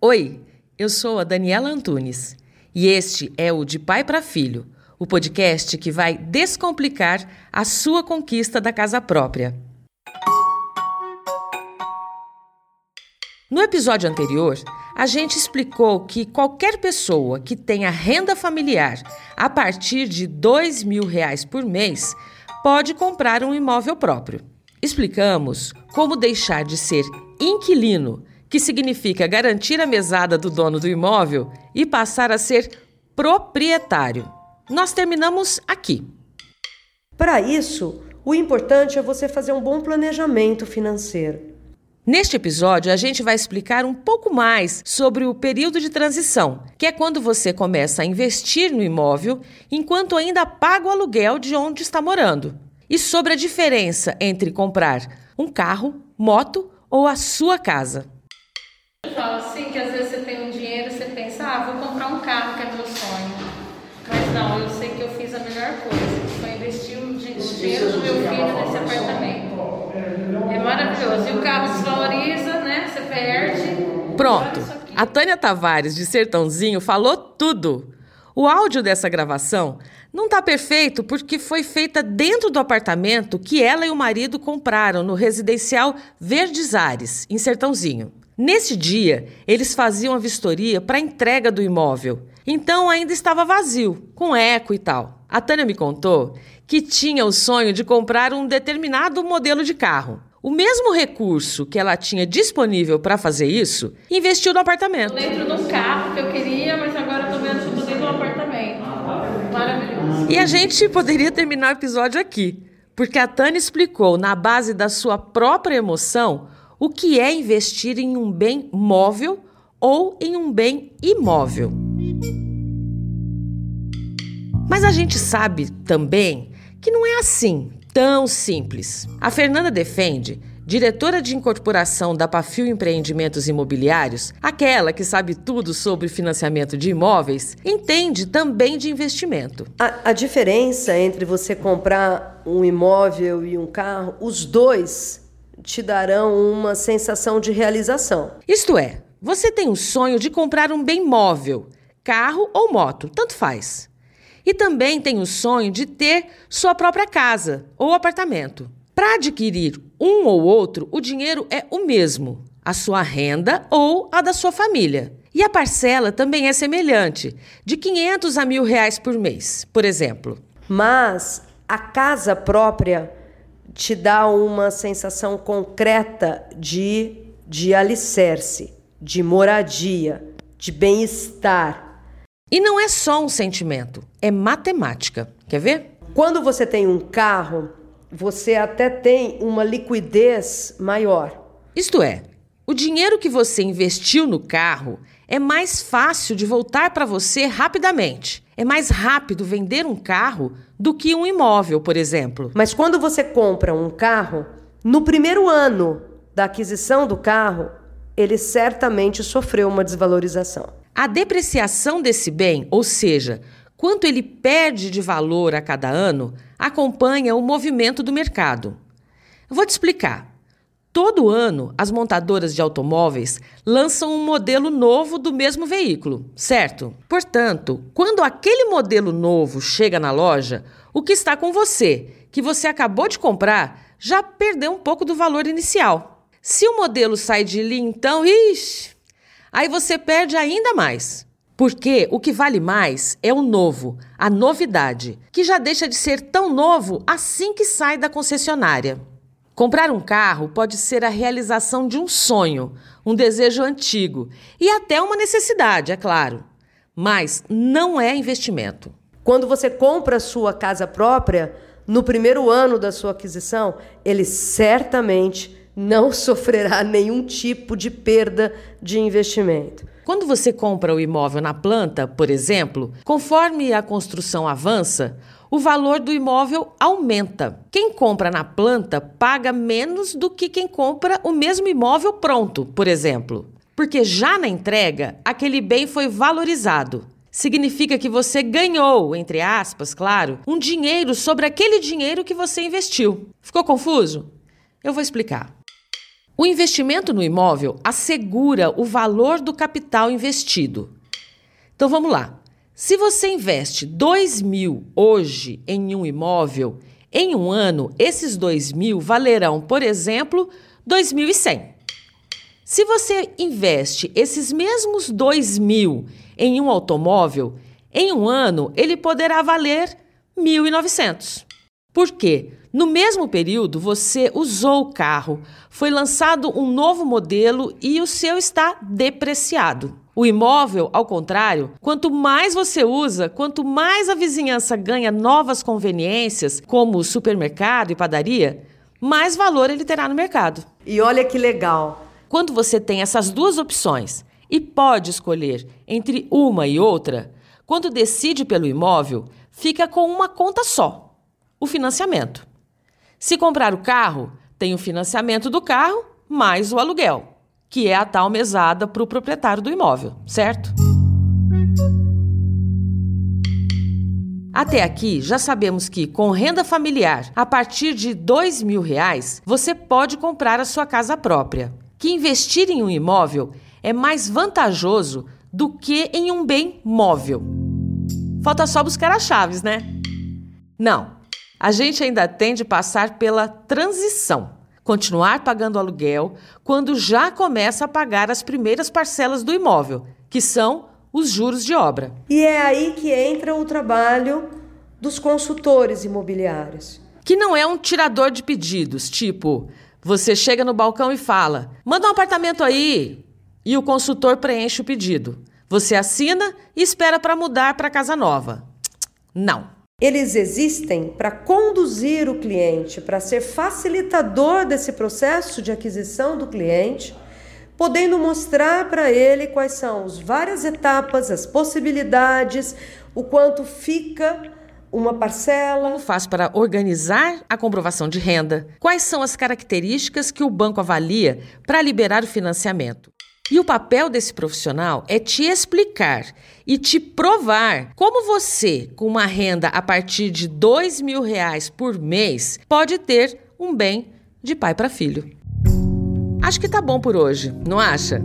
Oi, eu sou a Daniela Antunes e este é o De Pai para Filho, o podcast que vai descomplicar a sua conquista da casa própria. No episódio anterior, a gente explicou que qualquer pessoa que tenha renda familiar a partir de R$2.000 por mês pode comprar um imóvel próprio. Explicamos como deixar de ser inquilino, que significa garantir a mesada do dono do imóvel, e passar a ser proprietário. Nós terminamos aqui. Para isso, o importante é você fazer um bom planejamento financeiro. Neste episódio, a gente vai explicar um pouco mais sobre o período de transição, que é quando você começa a investir no imóvel enquanto ainda paga o aluguel de onde está morando. E sobre a diferença entre comprar um carro, moto ou a sua casa. Eu falo assim, que às vezes você tem um dinheiro e você pensa, vou comprar um carro que é meu sonho. Mas não, eu sei que eu fiz a melhor coisa, que foi investir o dinheiro do meu filho nesse apartamento. É maravilhoso. E o carro desvaloriza, né? Você perde. Pronto. A Tânia Tavares, de Sertãozinho, falou tudo. O áudio dessa gravação não está perfeito porque foi feita dentro do apartamento que ela e o marido compraram no residencial Verdes Ares, em Sertãozinho. Nesse dia, eles faziam a vistoria para a entrega do imóvel. Então ainda estava vazio, com eco e tal. A Tânia me contou que tinha o sonho de comprar um determinado modelo de carro. O mesmo recurso que ela tinha disponível para fazer isso, investiu no apartamento. Eu lembro do carro que eu queria, mas agora eu estou vendo que eu estou dentro do apartamento. Maravilhoso. E a gente poderia terminar o episódio aqui, porque a Tânia explicou, na base da sua própria emoção, o que é investir em um bem móvel ou em um bem imóvel. Mas a gente sabe também que não é assim, tão simples. A Fernanda Defende, diretora de incorporação da Pafil Empreendimentos Imobiliários, aquela que sabe tudo sobre financiamento de imóveis, entende também de investimento. A diferença entre você comprar um imóvel e um carro, os dois te darão uma sensação de realização. Isto é, você tem o sonho de comprar um bem móvel, carro ou moto, tanto faz. E também tem o sonho de ter sua própria casa ou apartamento. Para adquirir um ou outro, o dinheiro é o mesmo, a sua renda ou a da sua família. E a parcela também é semelhante, de R$500 a R$1.000 por mês, por exemplo. Mas a casa própria te dá uma sensação concreta de alicerce, de moradia, de bem-estar. E não é só um sentimento, é matemática. Quer ver? Quando você tem um carro, você até tem uma liquidez maior. Isto é, o dinheiro que você investiu no carro é mais fácil de voltar para você rapidamente. É mais rápido vender um carro do que um imóvel, por exemplo. Mas quando você compra um carro, no primeiro ano da aquisição do carro, ele certamente sofreu uma desvalorização. A depreciação desse bem, ou seja, quanto ele perde de valor a cada ano, acompanha o movimento do mercado. Eu vou te explicar. Todo ano, as montadoras de automóveis lançam um modelo novo do mesmo veículo, certo? Portanto, quando aquele modelo novo chega na loja, o que está com você, que você acabou de comprar, já perdeu um pouco do valor inicial. Se o modelo sai de linha, então, aí você perde ainda mais. Porque o que vale mais é o novo, a novidade, que já deixa de ser tão novo assim que sai da concessionária. Comprar um carro pode ser a realização de um sonho, um desejo antigo e até uma necessidade, é claro. Mas não é investimento. Quando você compra a sua casa própria, no primeiro ano da sua aquisição, ele certamente não sofrerá nenhum tipo de perda de investimento. Quando você compra o imóvel na planta, por exemplo, conforme a construção avança, o valor do imóvel aumenta. Quem compra na planta paga menos do que quem compra o mesmo imóvel pronto, por exemplo. Porque já na entrega, aquele bem foi valorizado. Significa que você ganhou, entre aspas, claro, um dinheiro sobre aquele dinheiro que você investiu. Ficou confuso? Eu vou explicar. O investimento no imóvel assegura o valor do capital investido. Então vamos lá. Se você investe 2.000 hoje em um imóvel, em um ano, esses 2.000 valerão, por exemplo, 2.100. Se você investe esses mesmos 2.000 em um automóvel, em um ano ele poderá valer 1.900. Por quê? No mesmo período, você usou o carro, foi lançado um novo modelo e o seu está depreciado. O imóvel, ao contrário, quanto mais você usa, quanto mais a vizinhança ganha novas conveniências, como supermercado e padaria, mais valor ele terá no mercado. E olha que legal. Quando você tem essas duas opções e pode escolher entre uma e outra, quando decide pelo imóvel, fica com uma conta só, o financiamento. Se comprar o carro, tem o financiamento do carro mais o aluguel, que é a tal mesada para o proprietário do imóvel, certo? Até aqui, já sabemos que, com renda familiar a partir de R$2.000, você pode comprar a sua casa própria. Que investir em um imóvel é mais vantajoso do que em um bem móvel. Falta só buscar as chaves, né? Não, a gente ainda tem de passar pela transição. Continuar pagando aluguel quando já começa a pagar as primeiras parcelas do imóvel, que são os juros de obra. E é aí que entra o trabalho dos consultores imobiliários. Que não é um tirador de pedidos, tipo, você chega no balcão e fala, manda um apartamento aí, e o consultor preenche o pedido. Você assina e espera para mudar para casa nova. Não. Eles existem para conduzir o cliente, para ser facilitador desse processo de aquisição do cliente, podendo mostrar para ele quais são as várias etapas, as possibilidades, o quanto fica uma parcela. Como faz para organizar a comprovação de renda? Quais são as características que o banco avalia para liberar o financiamento? E o papel desse profissional é te explicar e te provar como você, com uma renda a partir de R$2.000 por mês, pode ter um bem de pai para filho. Acho que tá bom por hoje, não acha?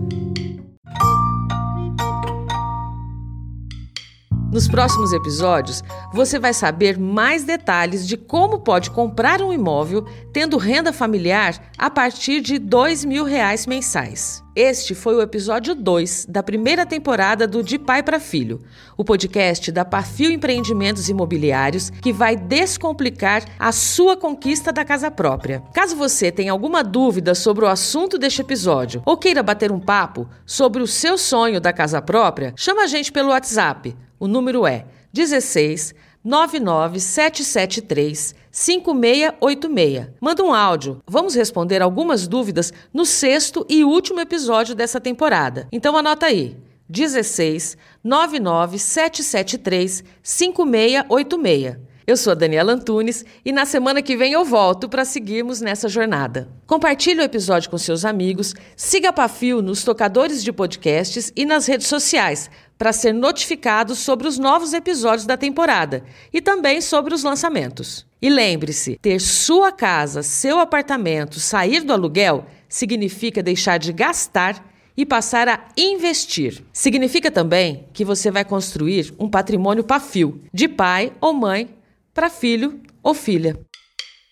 Nos próximos episódios, você vai saber mais detalhes de como pode comprar um imóvel tendo renda familiar a partir de R$2.000 mensais. Este foi o episódio 2 da primeira temporada do De Pai para Filho, o podcast da Pafil Empreendimentos Imobiliários que vai descomplicar a sua conquista da casa própria. Caso você tenha alguma dúvida sobre o assunto deste episódio ou queira bater um papo sobre o seu sonho da casa própria, chama a gente pelo WhatsApp. O número é 16 99 773 5686. Manda um áudio. Vamos responder algumas dúvidas no 6º e último episódio dessa temporada. Então anota aí. 16 99 773 5686. Eu sou a Daniela Antunes e na semana que vem eu volto para seguirmos nessa jornada. Compartilhe o episódio com seus amigos, siga a Pafil nos tocadores de podcasts e nas redes sociais para ser notificado sobre os novos episódios da temporada e também sobre os lançamentos. E lembre-se, ter sua casa, seu apartamento, sair do aluguel significa deixar de gastar e passar a investir. Significa também que você vai construir um patrimônio Pafil, de pai ou mãe, para filho ou filha.